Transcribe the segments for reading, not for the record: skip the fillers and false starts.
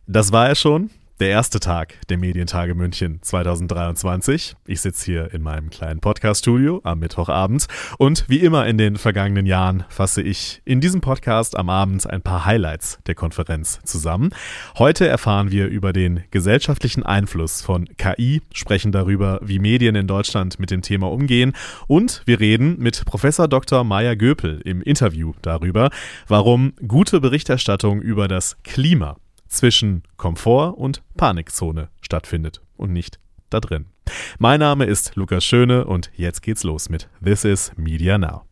Das war er schon, der erste Tag der Medientage München 2023. Ich sitze hier in meinem kleinen Podcast-Studio am Mittwochabend und wie immer in den vergangenen Jahren fasse ich in diesem Podcast am Abend ein paar Highlights der Konferenz zusammen. Heute erfahren wir über den gesellschaftlichen Einfluss von KI, sprechen darüber, wie Medien in Deutschland mit dem Thema umgehen und wir reden mit Professor Dr. Maya Göpel im Interview darüber, warum gute Berichterstattung über das Klima zwischen Komfort- und Panikzone stattfindet und nicht da drin. Mein Name ist Lukas Schöne und jetzt geht's los mit This is Media Now.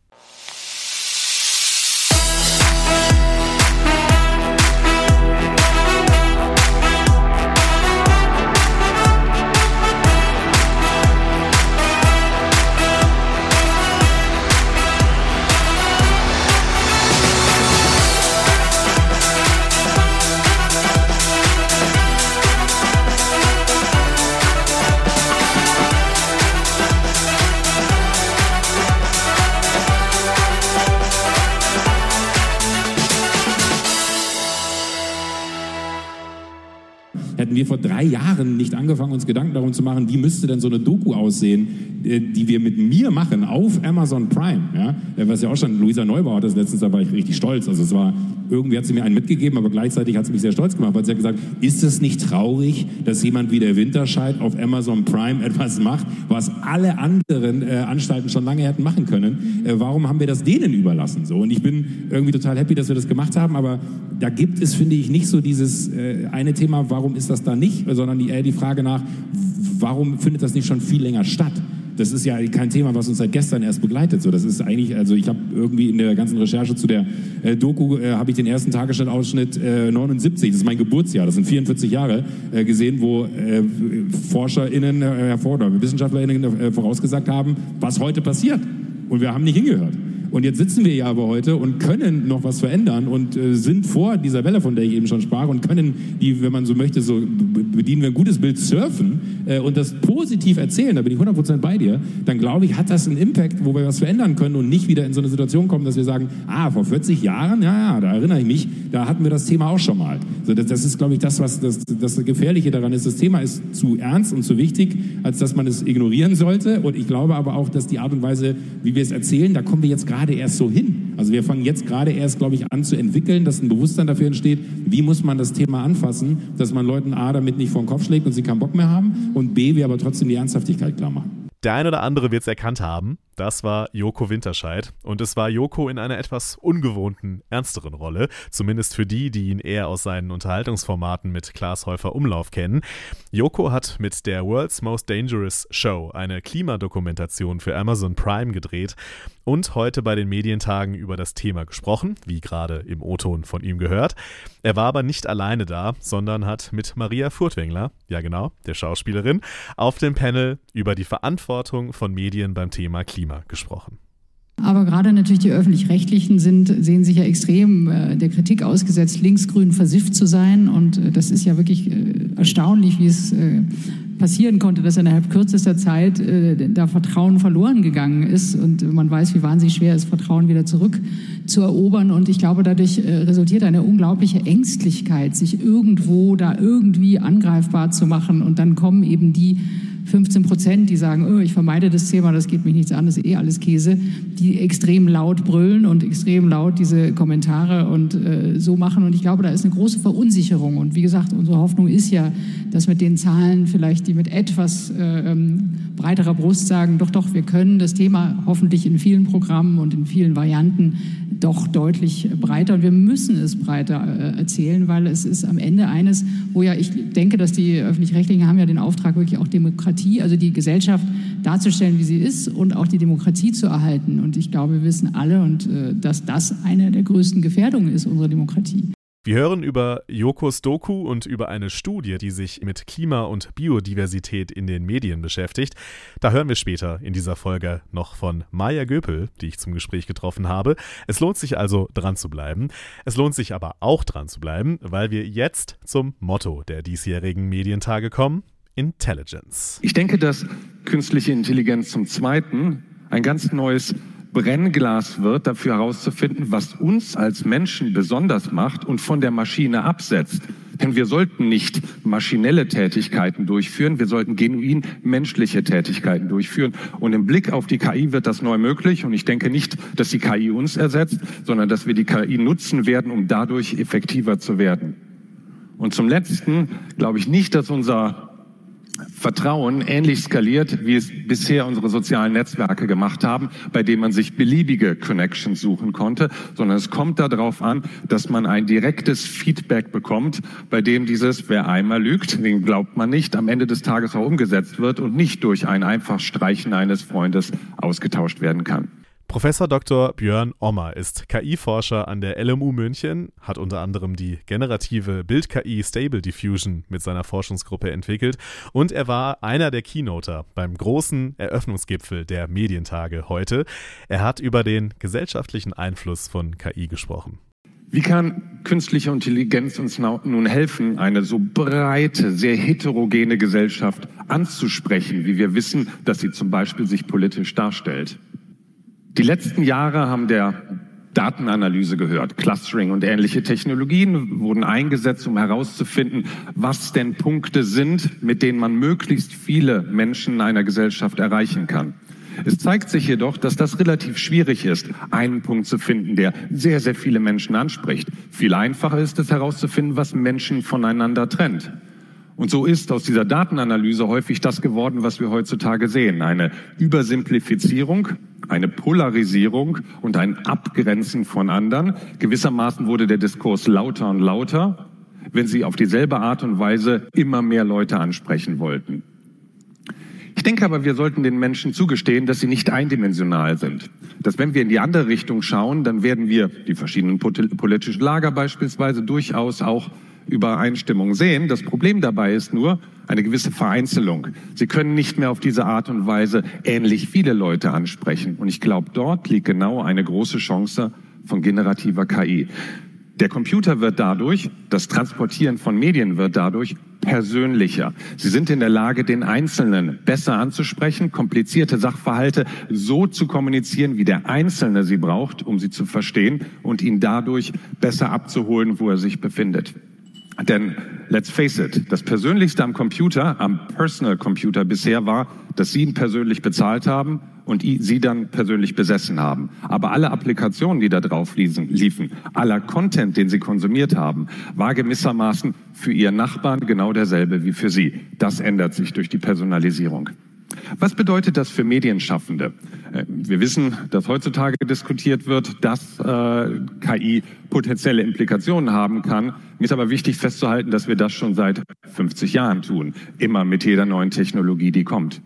Hätten wir vor 3 Jahren nicht angefangen, uns Gedanken darum zu machen, wie müsste denn so eine Doku aussehen, die wir mit mir machen auf Amazon Prime, ja? Was ja auch schon, Luisa Neubauer hat das letztens, da war ich richtig stolz. Also es war, irgendwie hat sie mir einen mitgegeben, aber gleichzeitig hat sie mich sehr stolz gemacht, weil sie hat gesagt, ist es nicht traurig, dass jemand wie der Winterscheid auf Amazon Prime etwas macht, was alle anderen Anstalten schon lange hätten machen können? Warum haben wir das denen überlassen? So? Und ich bin irgendwie total happy, dass wir das gemacht haben, aber da gibt es, finde ich, nicht so dieses eine Thema, warum ist das da nicht, sondern eher die Frage nach, warum findet das nicht schon viel länger statt? Das ist ja kein Thema, was uns seit gestern erst begleitet. So, das ist eigentlich, also ich habe irgendwie in der ganzen Recherche zu der Doku, habe ich den ersten Tagesschau-Ausschnitt 79, das ist mein Geburtsjahr, das sind 44 Jahre, gesehen, wo ForscherInnen oder WissenschaftlerInnen vorausgesagt haben, was heute passiert. Und wir haben nicht hingehört. Und jetzt sitzen wir ja aber heute und können noch was verändern und sind vor dieser Welle, von der ich eben schon sprach, und können die, wenn man so möchte, so bedienen wir ein gutes Bild surfen und das positiv erzählen, da bin ich 100% bei dir, dann glaube ich, hat das einen Impact, wo wir was verändern können und nicht wieder in so eine Situation kommen, dass wir sagen, vor 40 Jahren, ja, da erinnere ich mich, da hatten wir das Thema auch schon mal. So, das ist, glaube ich, das, was das Gefährliche daran ist. Das Thema ist zu ernst und zu wichtig, als dass man es ignorieren sollte. Und ich glaube aber auch, dass die Art und Weise, wie wir es erzählen, da kommen wir jetzt gerade erst so hin. Also wir fangen jetzt gerade erst, glaube ich, an zu entwickeln, dass ein Bewusstsein dafür entsteht, wie muss man das Thema anfassen, dass man Leuten A, damit nicht vor den Kopf schlägt und sie keinen Bock mehr haben und B, wir aber trotzdem die Ernsthaftigkeit klar machen. Der eine oder andere wird es erkannt haben, das war Joko Winterscheid und es war Joko in einer etwas ungewohnten, ernsteren Rolle, zumindest für die, die ihn eher aus seinen Unterhaltungsformaten mit Klaas Häufer Umlauf kennen. Joko hat mit der World's Most Dangerous Show eine Klimadokumentation für Amazon Prime gedreht und heute bei den Medientagen über das Thema gesprochen, wie gerade im O-Ton von ihm gehört. Er war aber nicht alleine da, sondern hat mit Maria Furtwängler, ja genau, der Schauspielerin, auf dem Panel über die Verantwortung von Medien beim Thema Klima gesprochen. Aber gerade natürlich die Öffentlich-Rechtlichen sehen sich ja extrem der Kritik ausgesetzt, linksgrün versifft zu sein. Und das ist ja wirklich erstaunlich, wie es passieren konnte, dass innerhalb kürzester Zeit da Vertrauen verloren gegangen ist. Und man weiß, wie wahnsinnig schwer es ist, Vertrauen wieder zurück zu erobern. Und ich glaube, dadurch resultiert eine unglaubliche Ängstlichkeit, sich irgendwo da irgendwie angreifbar zu machen. Und dann kommen eben die 15%, die sagen, ich vermeide das Thema, das geht mich nichts an, das ist alles Käse, die extrem laut brüllen und extrem laut diese Kommentare und so machen. Und ich glaube, da ist eine große Verunsicherung. Und wie gesagt, unsere Hoffnung ist ja, dass mit den Zahlen vielleicht, die mit etwas breiterer Brust sagen, doch, wir können das Thema hoffentlich in vielen Programmen und in vielen Varianten doch deutlich breiter. Und wir müssen es breiter erzählen, weil es ist am Ende eines, wo ja ich denke, dass die Öffentlich-Rechtlichen haben ja den Auftrag, wirklich auch Demokratie, also die Gesellschaft darzustellen, wie sie ist und auch die Demokratie zu erhalten. Und ich glaube, wir wissen alle, dass das eine der größten Gefährdungen ist unserer Demokratie. Wir hören über Jokos Doku und über eine Studie, die sich mit Klima und Biodiversität in den Medien beschäftigt. Da hören wir später in dieser Folge noch von Maya Göpel, die ich zum Gespräch getroffen habe. Es lohnt sich also, dran zu bleiben. Es lohnt sich aber auch, dran zu bleiben, weil wir jetzt zum Motto der diesjährigen Medientage kommen: Intelligence. Ich denke, dass künstliche Intelligenz zum Zweiten ein ganz neues Brennglas wird, dafür herauszufinden, was uns als Menschen besonders macht und von der Maschine absetzt. Denn wir sollten nicht maschinelle Tätigkeiten durchführen, wir sollten genuin menschliche Tätigkeiten durchführen. Und im Blick auf die KI wird das neu möglich. Und ich denke nicht, dass die KI uns ersetzt, sondern dass wir die KI nutzen werden, um dadurch effektiver zu werden. Und zum Letzten glaube ich nicht, dass unser Vertrauen ähnlich skaliert, wie es bisher unsere sozialen Netzwerke gemacht haben, bei denen man sich beliebige Connections suchen konnte, sondern es kommt darauf an, dass man ein direktes Feedback bekommt, bei dem dieses, wer einmal lügt, den glaubt man nicht, am Ende des Tages auch umgesetzt wird und nicht durch ein einfach Streichen eines Freundes ausgetauscht werden kann. Professor Dr. Björn Ommer ist KI-Forscher an der LMU München, hat unter anderem die generative Bild-KI Stable Diffusion mit seiner Forschungsgruppe entwickelt und er war einer der Keynoter beim großen Eröffnungsgipfel der Medientage heute. Er hat über den gesellschaftlichen Einfluss von KI gesprochen. Wie kann künstliche Intelligenz uns nun helfen, eine so breite, sehr heterogene Gesellschaft anzusprechen, wie wir wissen, dass sie zum Beispiel sich politisch darstellt? Die letzten Jahre haben der Datenanalyse gehört. Clustering und ähnliche Technologien wurden eingesetzt, um herauszufinden, was denn Punkte sind, mit denen man möglichst viele Menschen in einer Gesellschaft erreichen kann. Es zeigt sich jedoch, dass das relativ schwierig ist, einen Punkt zu finden, der sehr, sehr viele Menschen anspricht. Viel einfacher ist es herauszufinden, was Menschen voneinander trennt. Und so ist aus dieser Datenanalyse häufig das geworden, was wir heutzutage sehen. Eine Übersimplifizierung, eine Polarisierung und ein Abgrenzen von anderen. Gewissermaßen wurde der Diskurs lauter und lauter, wenn sie auf dieselbe Art und Weise immer mehr Leute ansprechen wollten. Ich denke aber, wir sollten den Menschen zugestehen, dass sie nicht eindimensional sind. Dass wenn wir in die andere Richtung schauen, dann werden wir die verschiedenen politischen Lager beispielsweise durchaus auch Übereinstimmung sehen. Das Problem dabei ist nur eine gewisse Vereinzelung. Sie können nicht mehr auf diese Art und Weise ähnlich viele Leute ansprechen. Und ich glaube, dort liegt genau eine große Chance von generativer KI. Der Computer wird dadurch, das Transportieren von Medien wird dadurch persönlicher. Sie sind in der Lage, den Einzelnen besser anzusprechen, komplizierte Sachverhalte so zu kommunizieren, wie der Einzelne sie braucht, um sie zu verstehen und ihn dadurch besser abzuholen, wo er sich befindet. Denn, let's face it, das Persönlichste am Computer, am Personal Computer bisher war, dass Sie ihn persönlich bezahlt haben und Sie dann persönlich besessen haben. Aber alle Applikationen, die da drauf liefen, aller Content, den Sie konsumiert haben, war gewissermaßen für Ihren Nachbarn genau derselbe wie für Sie. Das ändert sich durch die Personalisierung. Was bedeutet das für Medienschaffende? Wir wissen, dass heutzutage diskutiert wird, dass KI potenzielle Implikationen haben kann. Mir ist aber wichtig festzuhalten, dass wir das schon seit 50 Jahren tun. Immer mit jeder neuen Technologie, die kommt.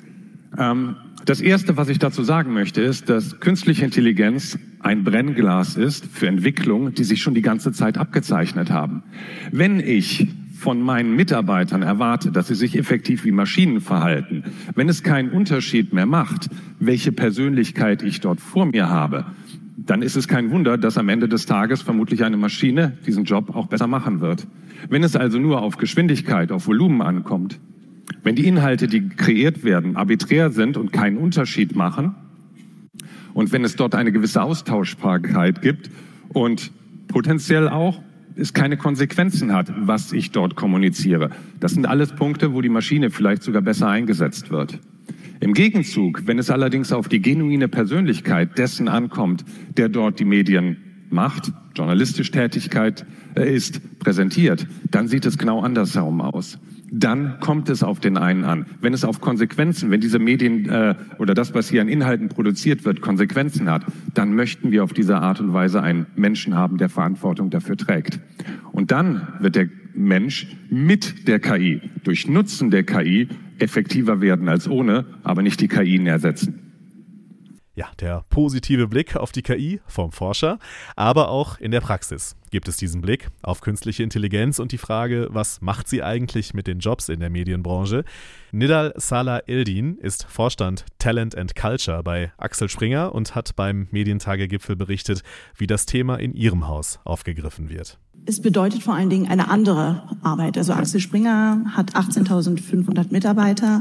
Das Erste, was ich dazu sagen möchte, ist, dass künstliche Intelligenz ein Brennglas ist für Entwicklungen, die sich schon die ganze Zeit abgezeichnet haben. Wenn ich von meinen Mitarbeitern erwarte, dass sie sich effektiv wie Maschinen verhalten, wenn es keinen Unterschied mehr macht, welche Persönlichkeit ich dort vor mir habe, dann ist es kein Wunder, dass am Ende des Tages vermutlich eine Maschine diesen Job auch besser machen wird. Wenn es also nur auf Geschwindigkeit, auf Volumen ankommt, wenn die Inhalte, die kreiert werden, arbiträr sind und keinen Unterschied machen und wenn es dort eine gewisse Austauschbarkeit gibt und potenziell auch es keine Konsequenzen hat, was ich dort kommuniziere. Das sind alles Punkte, wo die Maschine vielleicht sogar besser eingesetzt wird. Im Gegenzug, wenn es allerdings auf die genuine Persönlichkeit dessen ankommt, der dort die Medien macht, journalistisch Tätigkeit ist, präsentiert, dann sieht es genau andersherum aus. Dann kommt es auf den einen an. Wenn es auf Konsequenzen, wenn diese Medien oder das, was hier an Inhalten produziert wird, Konsequenzen hat, dann möchten wir auf diese Art und Weise einen Menschen haben, der Verantwortung dafür trägt. Und dann wird der Mensch mit der KI, durch Nutzen der KI, effektiver werden als ohne, aber nicht die KI ersetzen. Ja, der positive Blick auf die KI vom Forscher, aber auch in der Praxis gibt es diesen Blick auf künstliche Intelligenz und die Frage, was macht sie eigentlich mit den Jobs in der Medienbranche? Nidal Salah Eldin ist Vorstand Talent and Culture bei Axel Springer und hat beim Medientage-Gipfel berichtet, wie das Thema in ihrem Haus aufgegriffen wird. Es bedeutet vor allen Dingen eine andere Arbeit. Also Axel Springer hat 18.500 Mitarbeiter.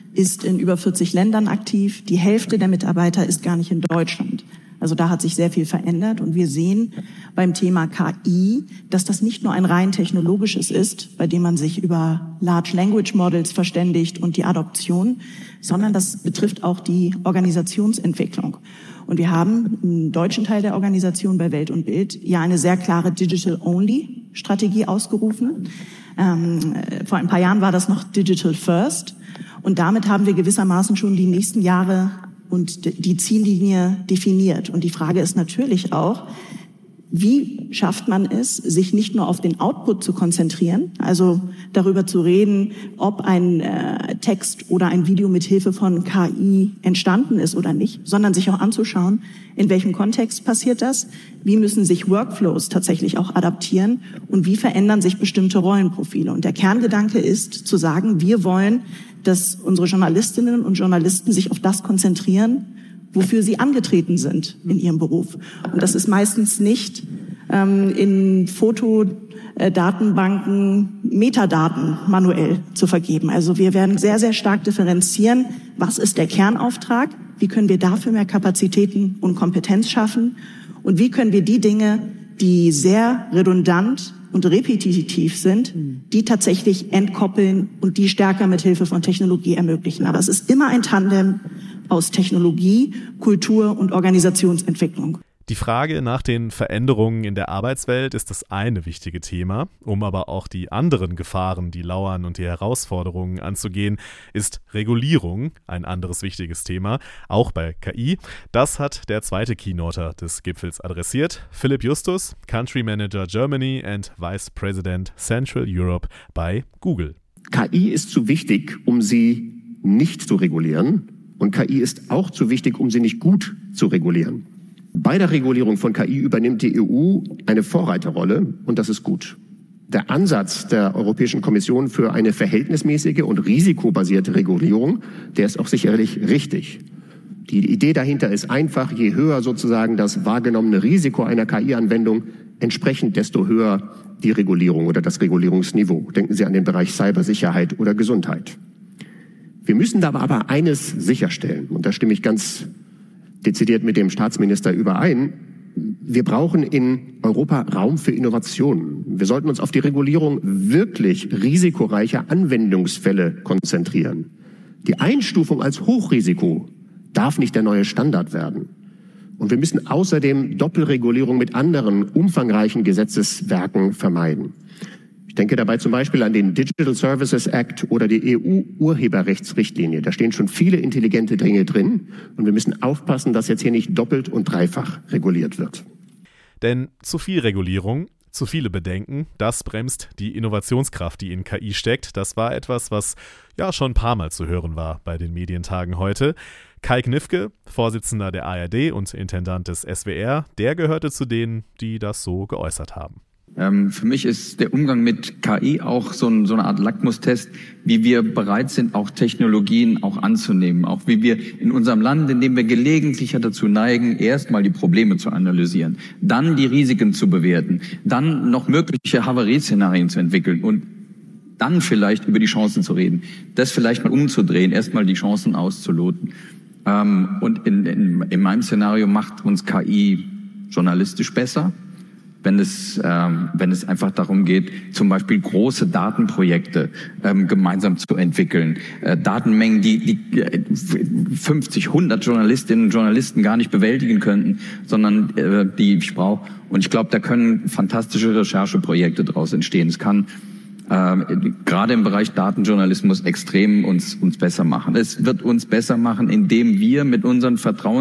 ist in über 40 Ländern aktiv. Die Hälfte der Mitarbeiter ist gar nicht in Deutschland. Also da hat sich sehr viel verändert und wir sehen beim Thema KI, dass das nicht nur ein rein technologisches ist, bei dem man sich über Large Language Models verständigt und die Adoption, sondern das betrifft auch die Organisationsentwicklung. Und wir haben im deutschen Teil der Organisation bei Welt und Bild ja eine sehr klare Digital-Only-Strategie ausgerufen. Vor ein paar Jahren war das noch Digital First. Und damit haben wir gewissermaßen schon die nächsten Jahre und die Ziellinie definiert. Und die Frage ist natürlich auch, wie schafft man es, sich nicht nur auf den Output zu konzentrieren, also darüber zu reden, ob ein Text oder ein Video mit Hilfe von KI entstanden ist oder nicht, sondern sich auch anzuschauen, in welchem Kontext passiert das, wie müssen sich Workflows tatsächlich auch adaptieren und wie verändern sich bestimmte Rollenprofile. Und der Kerngedanke ist zu sagen, wir wollen, dass unsere Journalistinnen und Journalisten sich auf das konzentrieren, wofür sie angetreten sind in ihrem Beruf. Und das ist meistens nicht in Fotodatenbanken Metadaten manuell zu vergeben. Also wir werden sehr, sehr stark differenzieren, was ist der Kernauftrag, wie können wir dafür mehr Kapazitäten und Kompetenz schaffen und wie können wir die Dinge, die sehr redundant und repetitiv sind, die tatsächlich entkoppeln und die stärker mit Hilfe von Technologie ermöglichen. Aber es ist immer ein Tandem aus Technologie, Kultur und Organisationsentwicklung. Die Frage nach den Veränderungen in der Arbeitswelt ist das eine wichtige Thema. Um aber auch die anderen Gefahren, die lauern und die Herausforderungen anzugehen, ist Regulierung ein anderes wichtiges Thema, auch bei KI. Das hat der zweite Keynoter des Gipfels adressiert, Philipp Justus, Country Manager Germany and Vice President Central Europe bei Google. KI ist zu wichtig, um sie nicht zu regulieren. Und KI ist auch zu wichtig, um sie nicht gut zu regulieren. Bei der Regulierung von KI übernimmt die EU eine Vorreiterrolle und das ist gut. Der Ansatz der Europäischen Kommission für eine verhältnismäßige und risikobasierte Regulierung, der ist auch sicherlich richtig. Die Idee dahinter ist einfach, je höher sozusagen das wahrgenommene Risiko einer KI-Anwendung, entsprechend desto höher die Regulierung oder das Regulierungsniveau. Denken Sie an den Bereich Cybersicherheit oder Gesundheit. Wir müssen da aber eines sicherstellen, und da stimme ich ganz dezidiert mit dem Staatsminister überein. Wir brauchen in Europa Raum für Innovationen. Wir sollten uns auf die Regulierung wirklich risikoreicher Anwendungsfälle konzentrieren. Die Einstufung als Hochrisiko darf nicht der neue Standard werden. Und wir müssen außerdem Doppelregulierung mit anderen umfangreichen Gesetzeswerken vermeiden. Ich denke dabei zum Beispiel an den Digital Services Act oder die EU-Urheberrechtsrichtlinie. Da stehen schon viele intelligente Dinge drin und wir müssen aufpassen, dass jetzt hier nicht doppelt und dreifach reguliert wird. Denn zu viel Regulierung, zu viele Bedenken, das bremst die Innovationskraft, die in KI steckt. Das war etwas, was ja schon ein paar Mal zu hören war bei den Medientagen heute. Kai Kniffke, Vorsitzender der ARD und Intendant des SWR, der gehörte zu denen, die das so geäußert haben. Für mich ist der Umgang mit KI auch so eine Art Lackmustest, wie wir bereit sind, auch Technologien auch anzunehmen. Auch wie wir in unserem Land, in dem wir gelegentlich dazu neigen, erstmal die Probleme zu analysieren, dann die Risiken zu bewerten, dann noch mögliche Havarieszenarien zu entwickeln und dann vielleicht über die Chancen zu reden. Das vielleicht mal umzudrehen, erstmal die Chancen auszuloten. Und in meinem Szenario macht uns KI journalistisch besser, wenn es einfach darum geht, zum Beispiel große Datenprojekte gemeinsam zu entwickeln. Datenmengen, die 50, 100 Journalistinnen und Journalisten gar nicht bewältigen könnten, sondern die ich brauche. Und ich glaube, da können fantastische Rechercheprojekte daraus entstehen. Es kann gerade im Bereich Datenjournalismus extrem uns besser machen. Es wird uns besser machen, indem wir mit unseren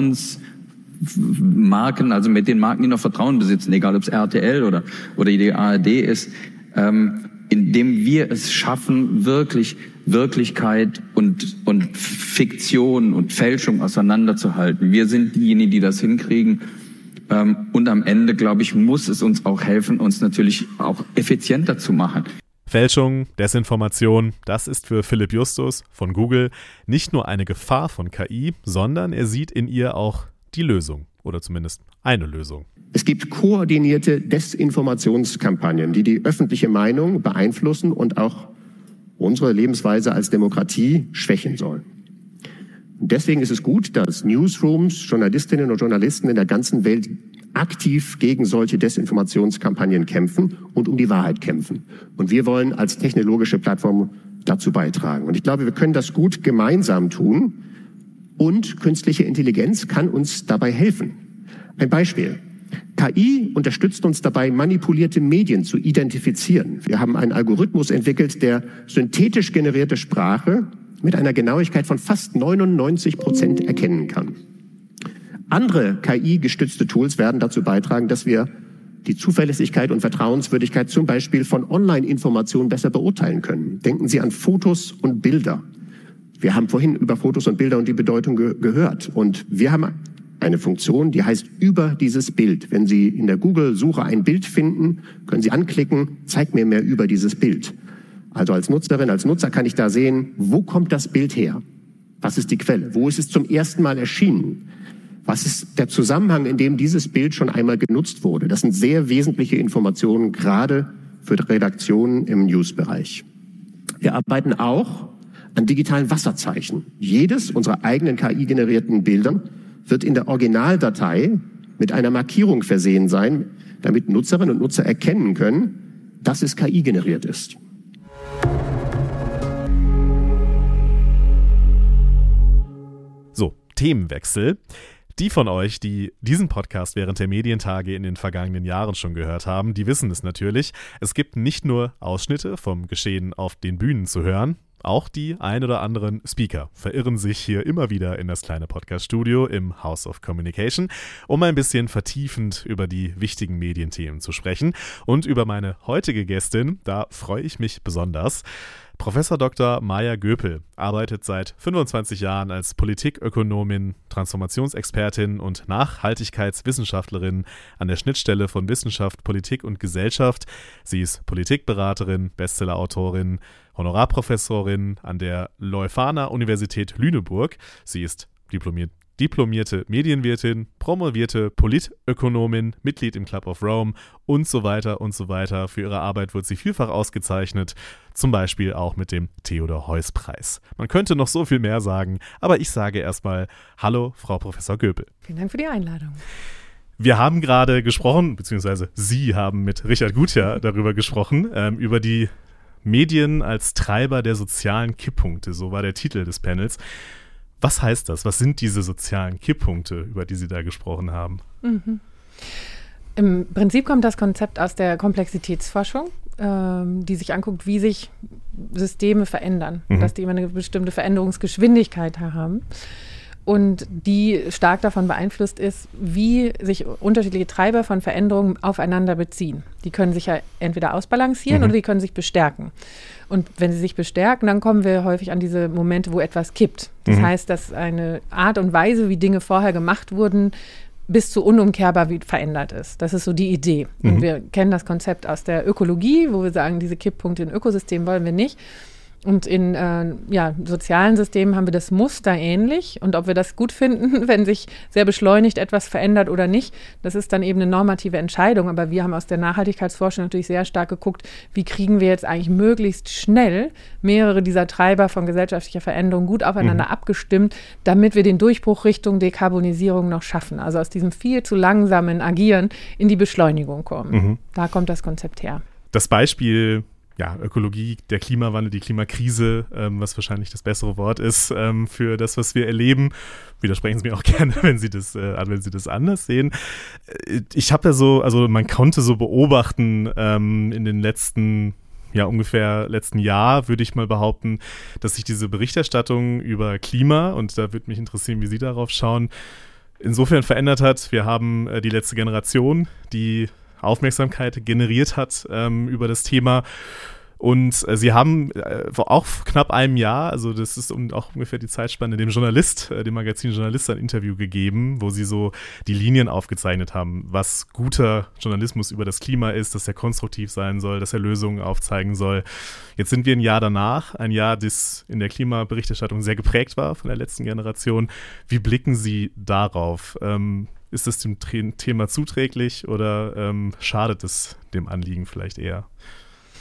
Vertrauensmarken, also mit den Marken, die noch Vertrauen besitzen, egal ob es RTL oder die ARD ist, indem wir es schaffen, wirklich Wirklichkeit und Fiktion und Fälschung auseinanderzuhalten. Wir sind diejenigen, die das hinkriegen. Und am Ende, glaube ich, muss es uns auch helfen, uns natürlich auch effizienter zu machen. Fälschung, Desinformation, das ist für Philipp Justus von Google nicht nur eine Gefahr von KI, sondern er sieht in ihr auch die Lösung oder zumindest eine Lösung. Es gibt koordinierte Desinformationskampagnen, die die öffentliche Meinung beeinflussen und auch unsere Lebensweise als Demokratie schwächen sollen. Und deswegen ist es gut, dass Newsrooms, Journalistinnen und Journalisten in der ganzen Welt aktiv gegen solche Desinformationskampagnen kämpfen und um die Wahrheit kämpfen. Und wir wollen als technologische Plattform dazu beitragen. Und ich glaube, wir können das gut gemeinsam tun. Und künstliche Intelligenz kann uns dabei helfen. Ein Beispiel. KI unterstützt uns dabei, manipulierte Medien zu identifizieren. Wir haben einen Algorithmus entwickelt, der synthetisch generierte Sprache mit einer Genauigkeit von fast 99% erkennen kann. Andere KI-gestützte Tools werden dazu beitragen, dass wir die Zuverlässigkeit und Vertrauenswürdigkeit zum Beispiel von Online-Informationen besser beurteilen können. Denken Sie an Fotos und Bilder. Wir haben vorhin über Fotos und Bilder und die Bedeutung gehört. Und wir haben eine Funktion, die heißt über dieses Bild. Wenn Sie in der Google-Suche ein Bild finden, können Sie anklicken, zeig mir mehr über dieses Bild. Also als Nutzerin, als Nutzer kann ich da sehen, wo kommt das Bild her? Was ist die Quelle? Wo ist es zum ersten Mal erschienen? Was ist der Zusammenhang, in dem dieses Bild schon einmal genutzt wurde? Das sind sehr wesentliche Informationen, gerade für Redaktionen im News-Bereich. Wir arbeiten auch an digitalen Wasserzeichen. Jedes unserer eigenen KI-generierten Bilder wird in der Originaldatei mit einer Markierung versehen sein, damit Nutzerinnen und Nutzer erkennen können, dass es KI generiert ist. So, Themenwechsel. Die von euch, die diesen Podcast während der Medientage in den vergangenen Jahren schon gehört haben, die wissen es natürlich. Es gibt nicht nur Ausschnitte vom Geschehen auf den Bühnen zu hören, auch die ein oder anderen Speaker verirren sich hier immer wieder in das kleine Podcast-Studio im House of Communication, um ein bisschen vertiefend über die wichtigen Medienthemen zu sprechen. Und über meine heutige Gästin, da freue ich mich besonders. Professor Dr. Maja Göpel arbeitet seit 25 Jahren als Politikökonomin, Transformationsexpertin und Nachhaltigkeitswissenschaftlerin an der Schnittstelle von Wissenschaft, Politik und Gesellschaft. Sie ist Politikberaterin, Bestsellerautorin, Honorarprofessorin an der Leuphana-Universität Lüneburg. Sie ist diplomierte Medienwirtin, promovierte Politökonomin, Mitglied im Club of Rome und so weiter und so weiter. Für ihre Arbeit wird sie vielfach ausgezeichnet, zum Beispiel auch mit dem Theodor-Heuss-Preis. Man könnte noch so viel mehr sagen, aber ich sage erstmal Hallo, Frau Professor Göpel. Vielen Dank für die Einladung. Wir haben gerade gesprochen, beziehungsweise Sie haben mit Richard Gutjahr darüber gesprochen, über die Medien als Treiber der sozialen Kipppunkte, so war der Titel des Panels. Was heißt das? Was sind diese sozialen Kipppunkte, über die Sie da gesprochen haben? Mhm. Im Prinzip kommt das Konzept aus der Komplexitätsforschung, die sich anguckt, wie sich Systeme verändern, dass die immer eine bestimmte Veränderungsgeschwindigkeit haben und die stark davon beeinflusst ist, wie sich unterschiedliche Treiber von Veränderungen aufeinander beziehen. Die können sich ja entweder ausbalancieren oder die können sich bestärken. Und wenn sie sich bestärken, dann kommen wir häufig an diese Momente, wo etwas kippt. Das heißt, dass eine Art und Weise, wie Dinge vorher gemacht wurden, bis zu unumkehrbar verändert ist. Das ist so die Idee. Und wir kennen das Konzept aus der Ökologie, wo wir sagen, diese Kipppunkte in Ökosystemen wollen wir nicht. Und in sozialen Systemen haben wir das Muster ähnlich. Und ob wir das gut finden, wenn sich sehr beschleunigt etwas verändert oder nicht, das ist dann eben eine normative Entscheidung. Aber wir haben aus der Nachhaltigkeitsforschung natürlich sehr stark geguckt, wie kriegen wir jetzt eigentlich möglichst schnell mehrere dieser Treiber von gesellschaftlicher Veränderung gut aufeinander abgestimmt, damit wir den Durchbruch Richtung Dekarbonisierung noch schaffen. Also aus diesem viel zu langsamen Agieren in die Beschleunigung kommen. Da kommt das Konzept her. Das Beispiel Ökologie, der Klimawandel, die Klimakrise, was wahrscheinlich das bessere Wort ist für das, was wir erleben. Widersprechen Sie mir auch gerne, wenn Sie das anders sehen. Ich habe man konnte so beobachten in den letzten Jahr, würde ich mal behaupten, dass sich diese Berichterstattung über Klima, und da würde mich interessieren, wie Sie darauf schauen, insofern verändert hat. Wir haben die letzte Generation, die Aufmerksamkeit generiert hat über das Thema. Und Sie haben auch vor knapp einem Jahr, also das ist auch ungefähr die Zeitspanne, dem Magazin Journalist ein Interview gegeben, wo Sie so die Linien aufgezeichnet haben, was guter Journalismus über das Klima ist, dass er konstruktiv sein soll, dass er Lösungen aufzeigen soll. Jetzt sind wir ein Jahr danach, ein Jahr, das in der Klimaberichterstattung sehr geprägt war von der letzten Generation. Wie blicken Sie darauf? Ist das dem Thema zuträglich oder schadet es dem Anliegen vielleicht eher?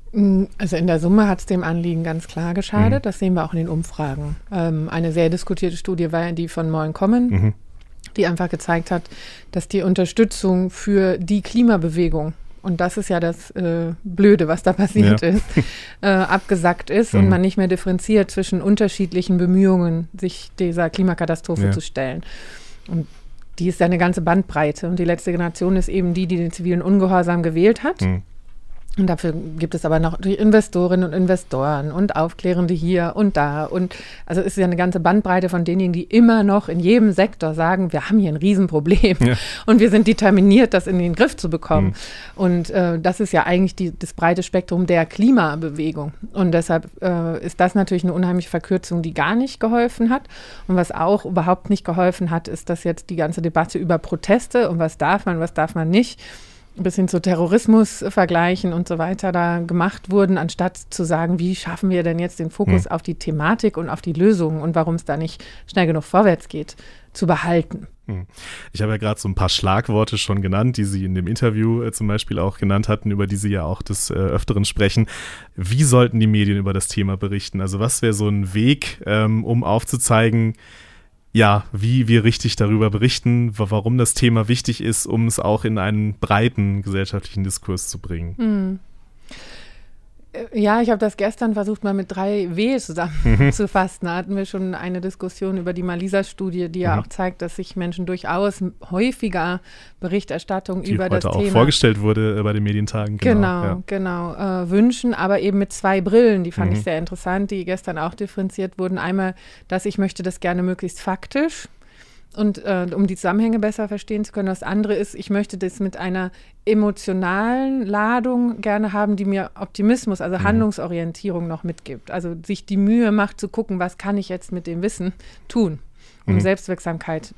Also in der Summe hat es dem Anliegen ganz klar geschadet. Das sehen wir auch in den Umfragen. Eine sehr diskutierte Studie war die von Moin Kommen, die einfach gezeigt hat, dass die Unterstützung für die Klimabewegung, und das ist ja das Blöde, was da passiert ist, abgesackt ist und man nicht mehr differenziert zwischen unterschiedlichen Bemühungen, sich dieser Klimakatastrophe zu stellen. Und die ist ja eine ganze Bandbreite. Und die letzte Generation ist eben die den zivilen Ungehorsam gewählt hat. Und dafür gibt es aber noch die Investorinnen und Investoren und Aufklärende hier und da. Und also es ist ja eine ganze Bandbreite von denjenigen, die immer noch in jedem Sektor sagen, wir haben hier ein Riesenproblem und wir sind determiniert, das in den Griff zu bekommen. Und das ist ja eigentlich das breite Spektrum der Klimabewegung. Und deshalb ist das natürlich eine unheimliche Verkürzung, die gar nicht geholfen hat. Und was auch überhaupt nicht geholfen hat, ist, dass jetzt die ganze Debatte über Proteste und was darf man nicht, bis hin zu Terrorismusvergleichen und so weiter da gemacht wurden, anstatt zu sagen, wie schaffen wir denn jetzt den Fokus auf die Thematik und auf die Lösungen und warum es da nicht schnell genug vorwärts geht, zu behalten. Ich habe ja gerade so ein paar Schlagworte schon genannt, die Sie in dem Interview zum Beispiel auch genannt hatten, über die Sie ja auch des Öfteren sprechen. Wie sollten die Medien über das Thema berichten? Also was wäre so ein Weg, um aufzuzeigen, ja, wie wir richtig darüber berichten, warum das Thema wichtig ist, um es auch in einen breiten gesellschaftlichen Diskurs zu bringen? Ja, ich habe das gestern versucht, mal mit 3 W zusammenzufassen. Da hatten wir schon eine Diskussion über die Malisa-Studie, die ja auch zeigt, dass sich Menschen durchaus häufiger Berichterstattung die über das Thema, die heute auch vorgestellt wurde bei den Medientagen. Genau, wünschen, aber eben mit 2 Brillen, die fand ich sehr interessant, die gestern auch differenziert wurden. Einmal, dass ich möchte das gerne möglichst faktisch, und um die Zusammenhänge besser verstehen zu können. Das andere ist, ich möchte das mit einer emotionalen Ladung gerne haben, die mir Optimismus, also Handlungsorientierung noch mitgibt. Also sich die Mühe macht zu gucken, was kann ich jetzt mit dem Wissen tun, um Selbstwirksamkeit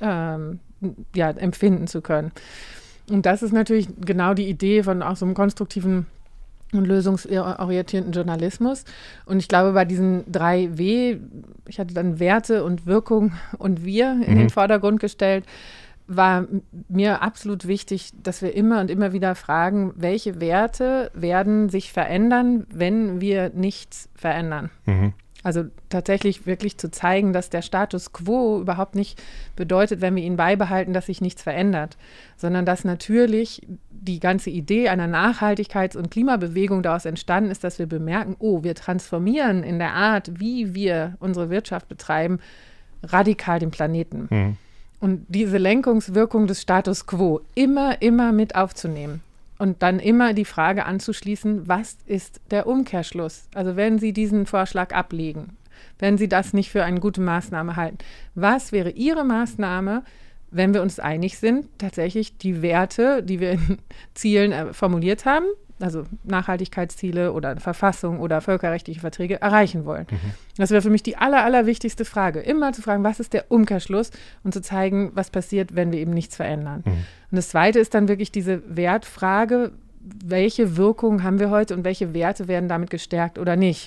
empfinden zu können. Und das ist natürlich genau die Idee von auch so einem konstruktiven und lösungsorientierten Journalismus. Und ich glaube, bei diesen 3 W, ich hatte dann Werte und Wirkung und wir in den Vordergrund gestellt, war mir absolut wichtig, dass wir immer und immer wieder fragen, welche Werte werden sich verändern, wenn wir nichts verändern. Also tatsächlich wirklich zu zeigen, dass der Status quo überhaupt nicht bedeutet, wenn wir ihn beibehalten, dass sich nichts verändert, sondern dass natürlich die ganze Idee einer Nachhaltigkeits- und Klimabewegung daraus entstanden ist, dass wir bemerken, wir transformieren in der Art, wie wir unsere Wirtschaft betreiben, radikal den Planeten. Und diese Lenkungswirkung des Status quo immer mit aufzunehmen. Und dann immer die Frage anzuschließen, was ist der Umkehrschluss? Also wenn Sie diesen Vorschlag ablegen, wenn Sie das nicht für eine gute Maßnahme halten, was wäre Ihre Maßnahme, wenn wir uns einig sind, tatsächlich die Werte, die wir in Zielen formuliert haben, also Nachhaltigkeitsziele oder Verfassung oder völkerrechtliche Verträge erreichen wollen? Das wäre für mich die allerwichtigste Frage. Immer zu fragen, was ist der Umkehrschluss und zu zeigen, was passiert, wenn wir eben nichts verändern. Und das Zweite ist dann wirklich diese Wertfrage, welche Wirkung haben wir heute und welche Werte werden damit gestärkt oder nicht?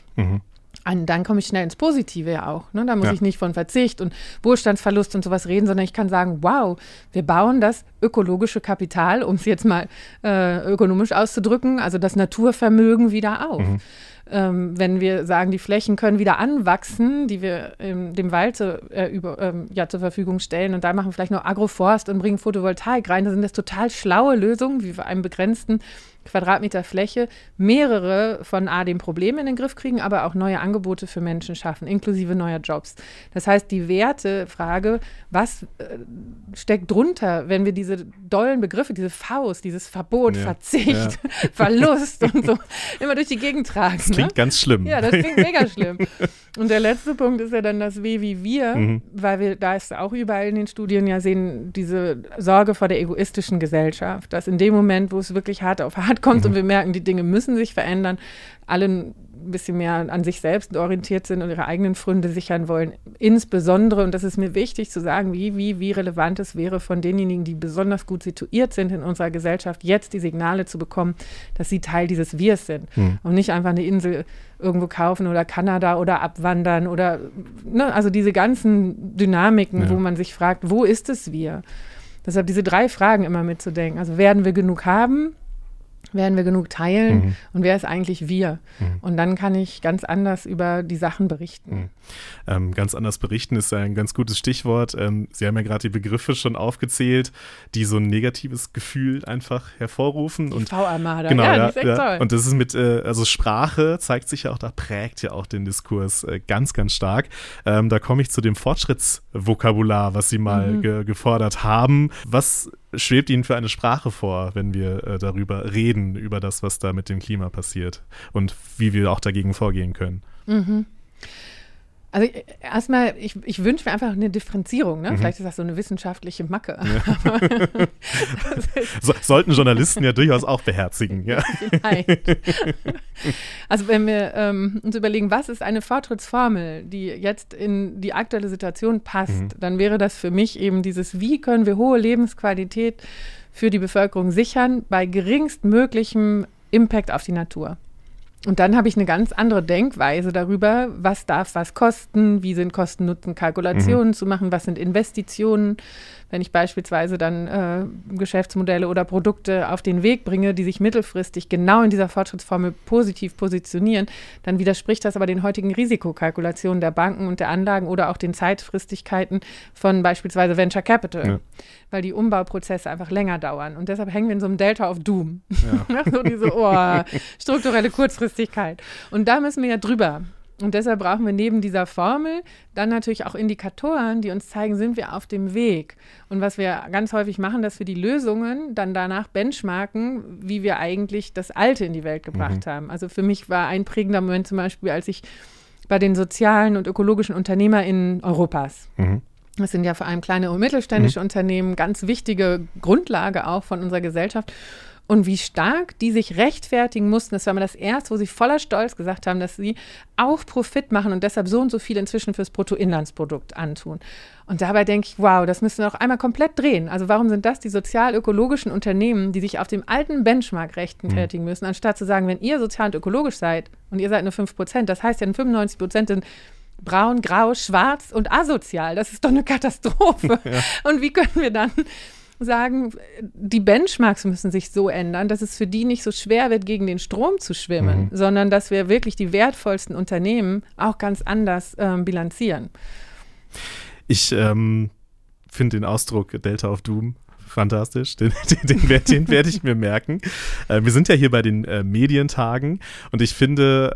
Und dann komme ich schnell ins Positive ja auch. Ne? Da muss ich nicht von Verzicht und Wohlstandsverlust und sowas reden, sondern ich kann sagen, wow, wir bauen das ökologische Kapital, um es jetzt mal ökonomisch auszudrücken, also das Naturvermögen wieder auf. Wenn wir sagen, die Flächen können wieder anwachsen, die wir dem Wald zur Verfügung stellen, und da machen wir vielleicht noch Agroforst und bringen Photovoltaik rein, dann sind das total schlaue Lösungen, wie wir einem begrenzten Quadratmeter Fläche mehrere von dem Problem in den Griff kriegen, aber auch neue Angebote für Menschen schaffen, inklusive neuer Jobs. Das heißt, die Wertefrage, was steckt drunter, wenn wir diese dollen Begriffe, diese Faust, dieses Verbot, Verzicht, Verlust und so immer durch die Gegend tragen. Das klingt ganz schlimm. Ja, das klingt mega schlimm. Und der letzte Punkt ist ja dann das W wie wir, weil wir da ist auch überall in den Studien ja sehen, diese Sorge vor der egoistischen Gesellschaft, dass in dem Moment, wo es wirklich hart auf hart kommt und wir merken, die Dinge müssen sich verändern, alle ein bisschen mehr an sich selbst orientiert sind und ihre eigenen Pfründe sichern wollen. Insbesondere, und das ist mir wichtig zu sagen, wie relevant es wäre von denjenigen, die besonders gut situiert sind in unserer Gesellschaft, jetzt die Signale zu bekommen, dass sie Teil dieses Wirs sind und nicht einfach eine Insel irgendwo kaufen oder Kanada oder abwandern oder, also diese ganzen Dynamiken, wo man sich fragt, wo ist es Wir? Deshalb diese 3 Fragen immer mitzudenken. Also werden wir genug haben? Werden wir genug teilen und wer ist eigentlich wir? Und dann kann ich ganz anders über die Sachen berichten. Ganz anders berichten ist ein ganz gutes Stichwort. Sie haben ja gerade die Begriffe schon aufgezählt, die so ein negatives Gefühl einfach hervorrufen. Die V-Armada, genau, ja, die ist echt toll. Und das ist also Sprache zeigt sich ja auch, da prägt ja auch den Diskurs ganz, ganz stark. Da komme ich zu dem Fortschrittsvokabular, was Sie mal gefordert haben. Was schwebt Ihnen für eine Sprache vor, wenn wir darüber reden, über das, was da mit dem Klima passiert und wie wir auch dagegen vorgehen können? Also erstmal, ich wünsche mir einfach eine Differenzierung. Ne? Vielleicht ist das so eine wissenschaftliche Macke. Ja. Sollten Journalisten ja durchaus auch beherzigen. Ja. Vielleicht. Also wenn wir uns überlegen, was ist eine Fortschrittsformel, die jetzt in die aktuelle Situation passt, dann wäre das für mich eben dieses, wie können wir hohe Lebensqualität für die Bevölkerung sichern bei geringstmöglichem Impact auf die Natur. Und dann habe ich eine ganz andere Denkweise darüber, was darf was kosten, wie sind Kosten-Nutzen-Kalkulationen zu machen, was sind Investitionen, wenn ich beispielsweise dann Geschäftsmodelle oder Produkte auf den Weg bringe, die sich mittelfristig genau in dieser Fortschrittsformel positiv positionieren, dann widerspricht das aber den heutigen Risikokalkulationen der Banken und der Anlagen oder auch den Zeitfristigkeiten von beispielsweise Venture Capital, weil die Umbauprozesse einfach länger dauern. Und deshalb hängen wir in so einem Delta of Doom. Ja. So diese strukturelle Kurzfristigkeit. Und da müssen wir ja drüber. Und deshalb brauchen wir neben dieser Formel dann natürlich auch Indikatoren, die uns zeigen, sind wir auf dem Weg. Und was wir ganz häufig machen, dass wir die Lösungen dann danach benchmarken, wie wir eigentlich das Alte in die Welt gebracht haben. Also für mich war ein prägender Moment zum Beispiel, als ich bei den sozialen und ökologischen UnternehmerInnen Europas, das sind ja vor allem kleine und mittelständische Unternehmen, ganz wichtige Grundlage auch von unserer Gesellschaft. Und wie stark die sich rechtfertigen mussten, das war mal das Erste, wo sie voller Stolz gesagt haben, dass sie auch Profit machen und deshalb so und so viel inzwischen fürs Bruttoinlandsprodukt antun. Und dabei denke ich, wow, das müssen wir auch einmal komplett drehen. Also warum sind das die sozial-ökologischen Unternehmen, die sich auf dem alten Benchmark rechtfertigen müssen, anstatt zu sagen, wenn ihr sozial und ökologisch seid und ihr seid nur 5%, das heißt ja 95% sind braun, grau, schwarz und asozial. Das ist doch eine Katastrophe. Ja. Und wie können wir dann sagen, die Benchmarks müssen sich so ändern, dass es für die nicht so schwer wird, gegen den Strom zu schwimmen, sondern dass wir wirklich die wertvollsten Unternehmen auch ganz anders bilanzieren. Ich finde den Ausdruck Delta of Doom fantastisch, den werde ich mir merken. Wir sind ja hier bei den Medientagen und ich finde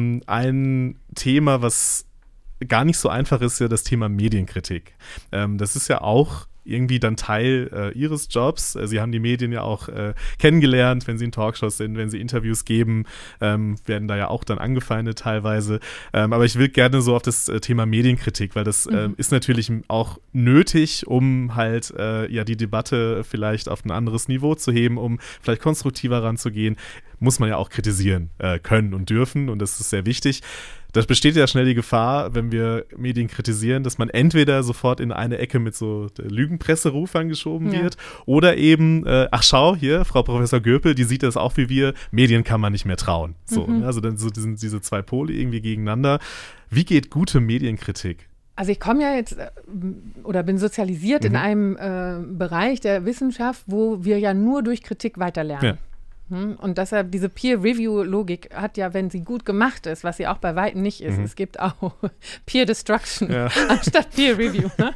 ein Thema, was gar nicht so einfach ist, ja das Thema Medienkritik. Das ist ja auch irgendwie dann Teil ihres Jobs. Sie haben die Medien ja auch kennengelernt, wenn sie in Talkshows sind, wenn sie Interviews geben, werden da ja auch dann angefeindet teilweise. Aber ich will gerne so auf das Thema Medienkritik, weil das ist natürlich auch nötig, um halt die Debatte vielleicht auf ein anderes Niveau zu heben, um vielleicht konstruktiver ranzugehen. Muss man ja auch kritisieren können und dürfen und das ist sehr wichtig. Da besteht ja schnell die Gefahr, wenn wir Medien kritisieren, dass man entweder sofort in eine Ecke mit so Lügenpresserufern geschoben wird oder eben, ach schau, hier, Frau Professor Göpel, die sieht das auch wie wir, Medien kann man nicht mehr trauen. So, also dann so sind diese zwei Pole irgendwie gegeneinander. Wie geht gute Medienkritik? Also ich komme ja jetzt oder bin sozialisiert in einem Bereich der Wissenschaft, wo wir ja nur durch Kritik weiterlernen. Ja. Und deshalb diese Peer-Review-Logik hat ja, wenn sie gut gemacht ist, was sie auch bei Weitem nicht ist, es gibt auch Peer-Destruction anstatt Peer-Review. Ne?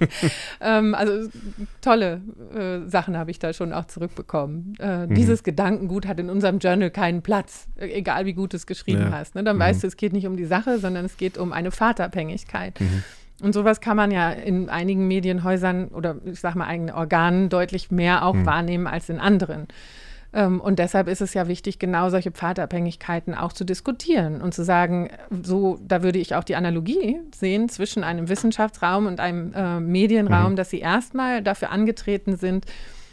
Also tolle Sachen habe ich da schon auch zurückbekommen. Dieses Gedankengut hat in unserem Journal keinen Platz, egal wie gut du es geschrieben hast. Ne? Dann weißt du, es geht nicht um die Sache, sondern es geht um eine Pfadabhängigkeit. Und sowas kann man ja in einigen Medienhäusern oder ich sag mal eigenen Organen deutlich mehr auch wahrnehmen als in anderen. Und deshalb ist es ja wichtig, genau solche Pfadabhängigkeiten auch zu diskutieren und zu sagen, so, da würde ich auch die Analogie sehen zwischen einem Wissenschaftsraum und einem Medienraum, dass sie erstmal dafür angetreten sind,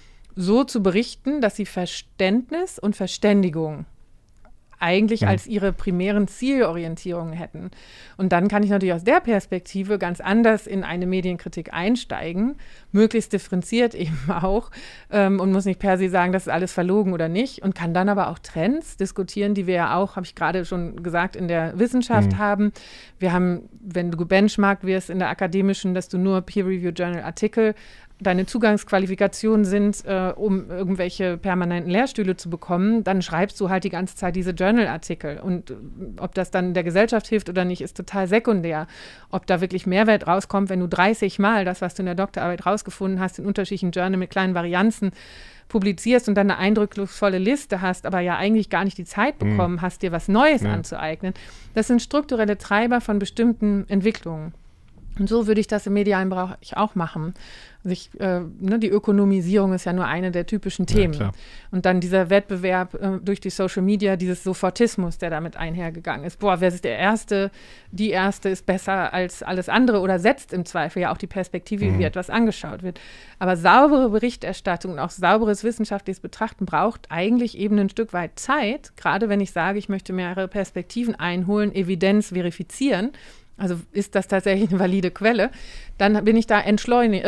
so zu berichten, dass sie Verständnis und Verständigung eigentlich als ihre primären Zielorientierungen hätten. Und dann kann ich natürlich aus der Perspektive ganz anders in eine Medienkritik einsteigen, möglichst differenziert eben auch und muss nicht per se sagen, das ist alles verlogen oder nicht und kann dann aber auch Trends diskutieren, die wir ja auch, habe ich gerade schon gesagt, in der Wissenschaft haben. Wir haben, wenn du gebenchmarkt wirst in der akademischen, dass du nur Peer-Review-Journal-Artikel deine Zugangsqualifikationen sind, um irgendwelche permanenten Lehrstühle zu bekommen, dann schreibst du halt die ganze Zeit diese Journal-Artikel. Und ob das dann der Gesellschaft hilft oder nicht, ist total sekundär. Ob da wirklich Mehrwert rauskommt, wenn du 30 Mal das, was du in der Doktorarbeit rausgefunden hast, in unterschiedlichen Journal mit kleinen Varianzen publizierst und dann eine eindrucksvolle Liste hast, aber ja eigentlich gar nicht die Zeit bekommen hast, dir was Neues anzueignen. Das sind strukturelle Treiber von bestimmten Entwicklungen. Und so würde ich das im medialen Bereich auch machen. Also die Ökonomisierung ist ja nur eine der typischen Themen. Ja, und dann dieser Wettbewerb durch die Social Media, dieses Sofortismus, der damit einhergegangen ist. Wer ist der Erste? Die Erste ist besser als alles andere oder setzt im Zweifel ja auch die Perspektive, wie etwas angeschaut wird. Aber saubere Berichterstattung und auch sauberes wissenschaftliches Betrachten braucht eigentlich eben ein Stück weit Zeit, gerade wenn ich sage, ich möchte mehrere Perspektiven einholen, Evidenz verifizieren. Also ist das tatsächlich eine valide Quelle, dann bin ich da entschleunigt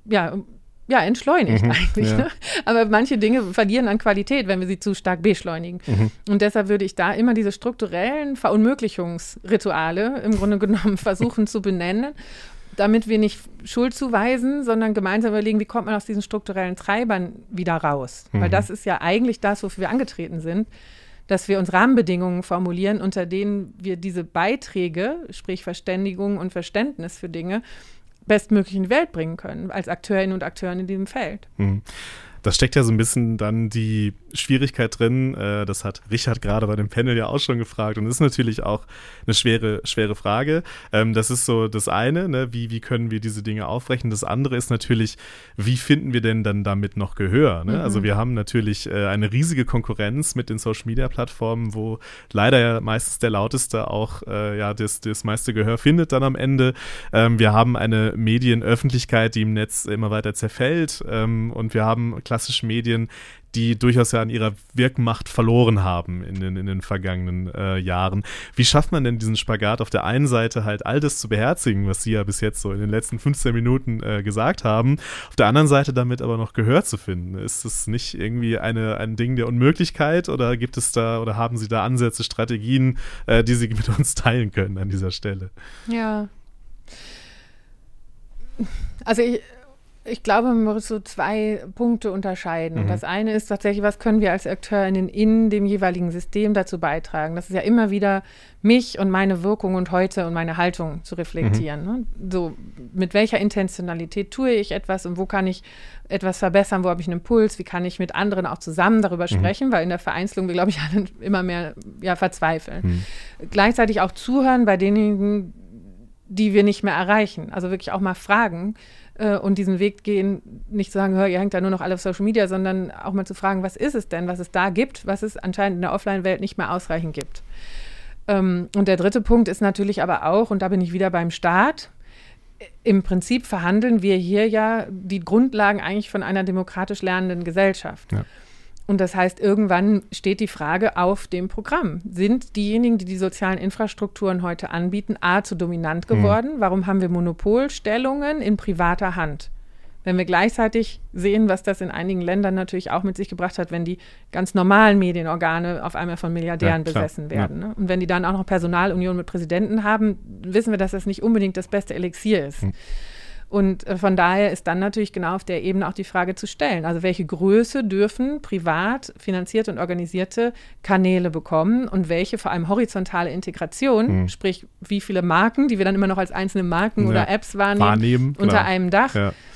eigentlich. Ja. Ne? Aber manche Dinge verlieren an Qualität, wenn wir sie zu stark beschleunigen. Und deshalb würde ich da immer diese strukturellen Verunmöglichungsrituale im Grunde genommen versuchen zu benennen, damit wir nicht Schuld zuweisen, sondern gemeinsam überlegen, wie kommt man aus diesen strukturellen Treibern wieder raus. Weil das ist ja eigentlich das, wofür wir angetreten sind, dass wir uns Rahmenbedingungen formulieren, unter denen wir diese Beiträge, sprich Verständigung und Verständnis für Dinge, bestmöglich in die Welt bringen können, als Akteurinnen und Akteuren in diesem Feld. Da steckt ja so ein bisschen dann die Schwierigkeit drin, das hat Richard gerade bei dem Panel ja auch schon gefragt und ist natürlich auch eine schwere Frage. Das ist so das eine, ne? Wie können wir diese Dinge aufbrechen? Das andere ist natürlich, wie finden wir denn dann damit noch Gehör? Ne? Also wir haben natürlich eine riesige Konkurrenz mit den Social-Media-Plattformen, wo leider ja meistens der Lauteste auch das meiste Gehör findet dann am Ende. Wir haben eine Medienöffentlichkeit, die im Netz immer weiter zerfällt und wir haben klassische Medien, die durchaus ja an ihrer Wirkmacht verloren haben in den vergangenen Jahren. Wie schafft man denn diesen Spagat auf der einen Seite halt all das zu beherzigen, was Sie ja bis jetzt so in den letzten 15 Minuten gesagt haben, auf der anderen Seite damit aber noch Gehör zu finden? Ist es nicht irgendwie ein Ding der Unmöglichkeit oder gibt es da oder haben Sie da Ansätze, Strategien, die Sie mit uns teilen können an dieser Stelle? Ja. Also ich glaube, man muss so zwei Punkte unterscheiden. Das eine ist tatsächlich, was können wir als AkteurInnen in dem jeweiligen System dazu beitragen? Das ist ja immer wieder mich und meine Wirkung und heute und meine Haltung zu reflektieren. Ne? So, mit welcher Intentionalität tue ich etwas und wo kann ich etwas verbessern, wo habe ich einen Impuls, wie kann ich mit anderen auch zusammen darüber sprechen, weil in der Vereinzelung wir, glaube ich, alle immer mehr verzweifeln. Gleichzeitig auch zuhören bei denjenigen, die wir nicht mehr erreichen. Also wirklich auch mal fragen, und diesen Weg gehen, nicht zu sagen, ihr hängt da nur noch alle auf Social Media, sondern auch mal zu fragen, was ist es denn, was es da gibt, was es anscheinend in der Offline-Welt nicht mehr ausreichend gibt. Und der dritte Punkt ist natürlich aber auch, und da bin ich wieder beim Staat, im Prinzip verhandeln wir hier ja die Grundlagen eigentlich von einer demokratisch lernenden Gesellschaft. Ja. Und das heißt, irgendwann steht die Frage auf dem Programm. Sind diejenigen, die die sozialen Infrastrukturen heute anbieten, zu dominant geworden? Warum haben wir Monopolstellungen in privater Hand? Wenn wir gleichzeitig sehen, was das in einigen Ländern natürlich auch mit sich gebracht hat, wenn die ganz normalen Medienorgane auf einmal von Milliardären besessen werden. Ne? Und wenn die dann auch noch Personalunion mit Präsidenten haben, wissen wir, dass das nicht unbedingt das beste Elixier ist. Und von daher ist dann natürlich genau auf der Ebene auch die Frage zu stellen. Also welche Größe dürfen privat finanzierte und organisierte Kanäle bekommen und welche vor allem horizontale Integration, sprich wie viele Marken, die wir dann immer noch als einzelne Marken oder Apps wahrnehmen unter einem Dach,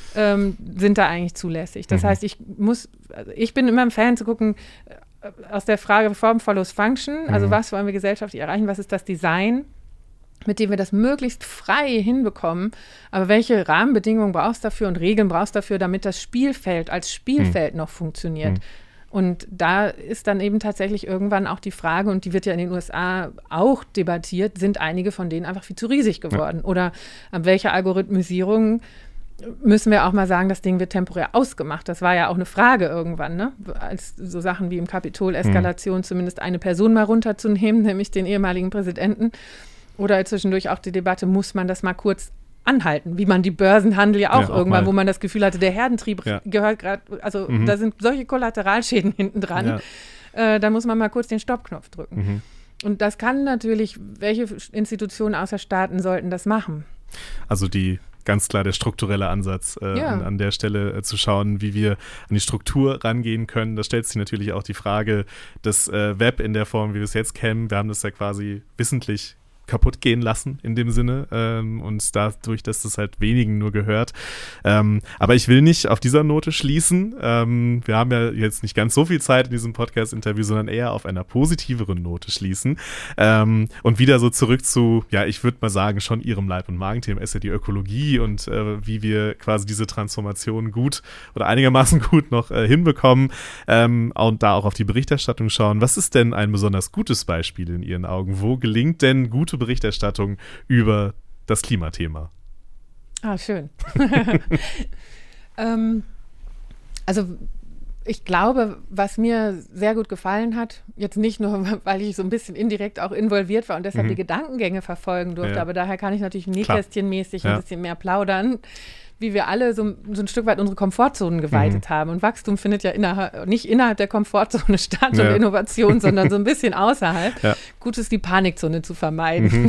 sind da eigentlich zulässig. Das heißt, ich bin immer ein Fan zu gucken, aus der Frage Form follows Function, also was wollen wir gesellschaftlich erreichen, was ist das Design, mit dem wir das möglichst frei hinbekommen. Aber welche Rahmenbedingungen brauchst du dafür und Regeln brauchst du dafür, damit das Spielfeld als Spielfeld noch funktioniert? Und da ist dann eben tatsächlich irgendwann auch die Frage, und die wird ja in den USA auch debattiert, sind einige von denen einfach viel zu riesig geworden? Oder ab welcher Algorithmisierung müssen wir auch mal sagen, das Ding wird temporär ausgemacht. Das war ja auch eine Frage irgendwann, ne? Als so Sachen wie im Kapitol-Eskalation zumindest eine Person mal runterzunehmen, nämlich den ehemaligen Präsidenten. Oder zwischendurch auch die Debatte, muss man das mal kurz anhalten, wie man die Börsenhandel ja auch irgendwann, wo man das Gefühl hatte, der Herdentrieb gehört gerade, also da sind solche Kollateralschäden hinten dran, da muss man mal kurz den Stoppknopf drücken. Und das kann natürlich, welche Institutionen außer Staaten sollten das machen? Also die ganz klar der strukturelle Ansatz, an der Stelle zu schauen, wie wir an die Struktur rangehen können. Da stellt sich natürlich auch die Frage, das Web in der Form, wie wir es jetzt kennen, wir haben das ja quasi wissentlich kaputt gehen lassen in dem Sinne und dadurch, dass das halt wenigen nur gehört. Aber ich will nicht auf dieser Note schließen. Wir haben ja jetzt nicht ganz so viel Zeit in diesem Podcast-Interview, sondern eher auf einer positiveren Note schließen und wieder so zurück zu, ja, ich würde mal sagen, schon ihrem Leib- und Magenthema ist ja die Ökologie und wie wir quasi diese Transformation gut oder einigermaßen gut noch hinbekommen und da auch auf die Berichterstattung schauen. Was ist denn ein besonders gutes Beispiel in Ihren Augen? Wo gelingt denn gute Berichterstattung über das Klimathema? Schön. Also ich glaube, was mir sehr gut gefallen hat, jetzt nicht nur, weil ich so ein bisschen indirekt auch involviert war und deshalb die Gedankengänge verfolgen durfte, aber daher kann ich natürlich nähkästchenmäßig ein bisschen mehr plaudern, wie wir alle so ein Stück weit unsere Komfortzonen geweitet haben. Und Wachstum findet ja nicht innerhalb der Komfortzone statt und Innovation, sondern so ein bisschen außerhalb. Ja. Gut ist, die Panikzone zu vermeiden.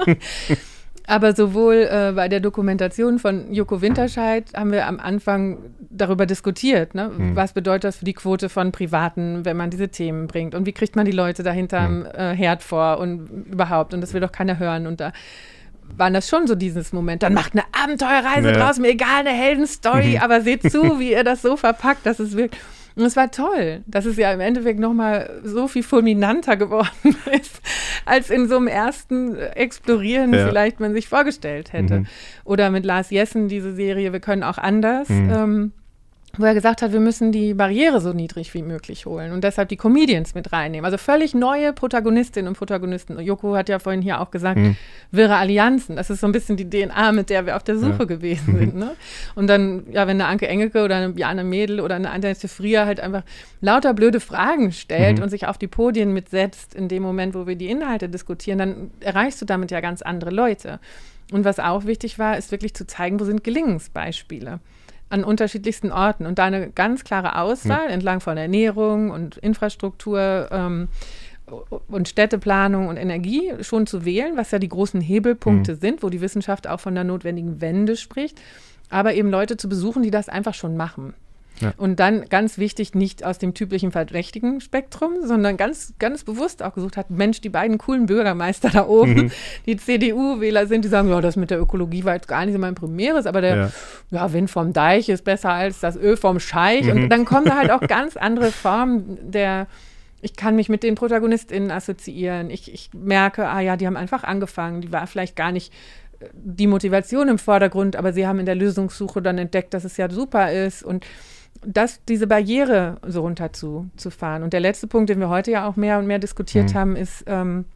Aber sowohl bei der Dokumentation von Joko Winterscheid haben wir am Anfang darüber diskutiert, ne? Was bedeutet das für die Quote von Privaten, wenn man diese Themen bringt? Und wie kriegt man die Leute dahinterm Herd vor und überhaupt? Und das will doch keiner hören. Und da waren das schon so dieses Moment, dann macht eine Abenteuerreise draus, mir egal, eine Heldenstory, aber seht zu, wie ihr das so verpackt, dass es wirklich. Und es war toll, dass es ja im Endeffekt nochmal so viel fulminanter geworden ist, als in so einem ersten Explorieren vielleicht man sich vorgestellt hätte. Oder mit Lars Jessen diese Serie Wir können auch anders, wo er gesagt hat, wir müssen die Barriere so niedrig wie möglich holen und deshalb die Comedians mit reinnehmen. Also völlig neue Protagonistinnen und Protagonisten. Joko hat ja vorhin hier auch gesagt, wirre Allianzen. Das ist so ein bisschen die DNA, mit der wir auf der Suche gewesen sind. Ne? Und dann, ja, wenn eine Anke Engelke oder eine Bjarne Mädel oder eine Antje Frier halt einfach lauter blöde Fragen stellt und sich auf die Podien mitsetzt in dem Moment, wo wir die Inhalte diskutieren, dann erreichst du damit ja ganz andere Leute. Und was auch wichtig war, ist wirklich zu zeigen, wo sind Gelingensbeispiele an unterschiedlichsten Orten und da eine ganz klare Auswahl entlang von Ernährung und Infrastruktur und Städteplanung und Energie schon zu wählen, was ja die großen Hebelpunkte sind, wo die Wissenschaft auch von der notwendigen Wende spricht, aber eben Leute zu besuchen, die das einfach schon machen. Ja. Und dann ganz wichtig, nicht aus dem typischen verdächtigen Spektrum, sondern ganz, ganz bewusst auch gesucht hat, Mensch, die beiden coolen Bürgermeister da oben, die CDU-Wähler sind, die sagen, ja, das mit der Ökologie war jetzt gar nicht so mein Primäres, aber der Wind vom Deich ist besser als das Öl vom Scheich. Und dann kommen da halt auch ganz andere Formen ich kann mich mit den ProtagonistInnen assoziieren. Ich merke, die haben einfach angefangen, die war vielleicht gar nicht die Motivation im Vordergrund, aber sie haben in der Lösungssuche dann entdeckt, dass es ja super ist und diese Barriere so runterzufahren. Und der letzte Punkt, den wir heute ja auch mehr und mehr diskutiert haben, ist,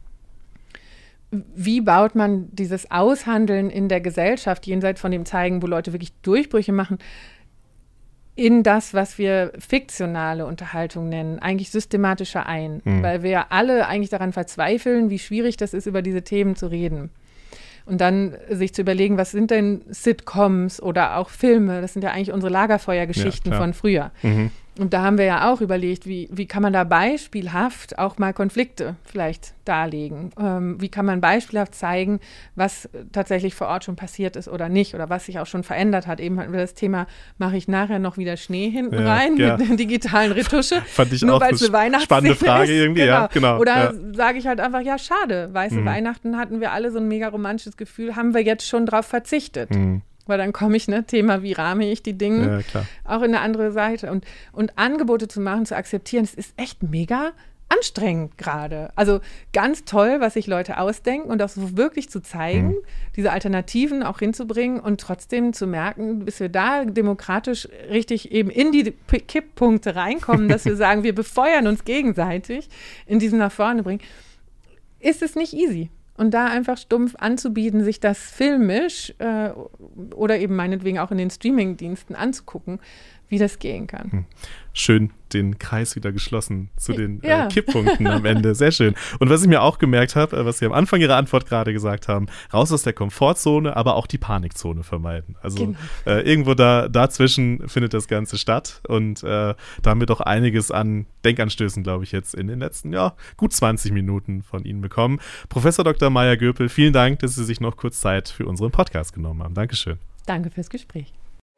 wie baut man dieses Aushandeln in der Gesellschaft, jenseits von dem Zeigen, wo Leute wirklich Durchbrüche machen, in das, was wir fiktionale Unterhaltung nennen, eigentlich systematischer ein. Weil wir ja alle eigentlich daran verzweifeln, wie schwierig das ist, über diese Themen zu reden. Und dann sich zu überlegen, was sind denn Sitcoms oder auch Filme? Das sind ja eigentlich unsere Lagerfeuergeschichten von früher. Und da haben wir ja auch überlegt, wie kann man da beispielhaft auch mal Konflikte vielleicht darlegen? Wie kann man beispielhaft zeigen, was tatsächlich vor Ort schon passiert ist oder nicht oder was sich auch schon verändert hat? Eben hatten wir das Thema, mache ich nachher noch wieder Schnee hinten rein mit der digitalen Retusche? Fand ich nur auch eine spannende Frage ist. Irgendwie. Genau. Oder sage ich halt einfach, schade, weiße Weihnachten hatten wir alle so ein mega romantisches Gefühl, haben wir jetzt schon drauf verzichtet. Weil dann komme ich, Thema, wie rahme ich die Dinge, auch in eine andere Seite. Und Angebote zu machen, zu akzeptieren, das ist echt mega anstrengend gerade. Also ganz toll, was sich Leute ausdenken und auch so wirklich zu zeigen, diese Alternativen auch hinzubringen und trotzdem zu merken, bis wir da demokratisch richtig eben in die Kipppunkte reinkommen, dass wir sagen, wir befeuern uns gegenseitig in diesem nach vorne bringen, ist es nicht easy. Und da einfach stumpf anzubieten, sich das filmisch oder eben meinetwegen auch in den Streaming-Diensten anzugucken, wie das gehen kann. Schön den Kreis wieder geschlossen zu den Kipppunkten am Ende. Sehr schön. Und was ich mir auch gemerkt habe, was Sie am Anfang Ihrer Antwort gerade gesagt haben, raus aus der Komfortzone, aber auch die Panikzone vermeiden. Also irgendwo dazwischen findet das Ganze statt. Und da haben wir doch einiges an Denkanstößen, glaube ich, jetzt in den letzten, gut 20 Minuten von Ihnen bekommen. Professor Dr. Maya Göpel, vielen Dank, dass Sie sich noch kurz Zeit für unseren Podcast genommen haben. Dankeschön. Danke fürs Gespräch.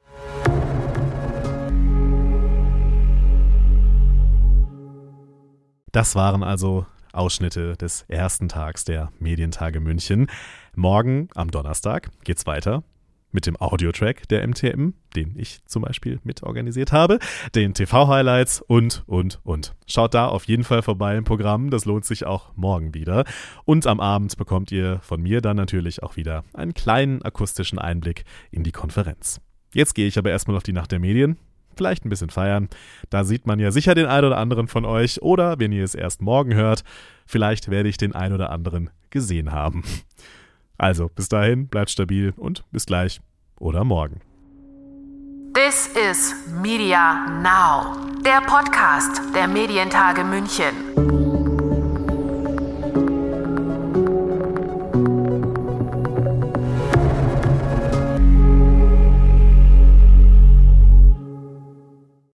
Das waren also Ausschnitte des ersten Tags der Medientage München. Morgen, am Donnerstag, geht's weiter mit dem Audiotrack der MTM, den ich zum Beispiel mitorganisiert habe, den TV-Highlights und. Schaut da auf jeden Fall vorbei im Programm, das lohnt sich auch morgen wieder. Und am Abend bekommt ihr von mir dann natürlich auch wieder einen kleinen akustischen Einblick in die Konferenz. Jetzt gehe ich aber erstmal auf die Nacht der Medien. Vielleicht ein bisschen feiern. Da sieht man ja sicher den einen oder anderen von euch. Oder, wenn ihr es erst morgen hört, vielleicht werde ich den einen oder anderen gesehen haben. Also, bis dahin, bleibt stabil und bis gleich oder morgen. This is Media Now, der Podcast der Medientage München.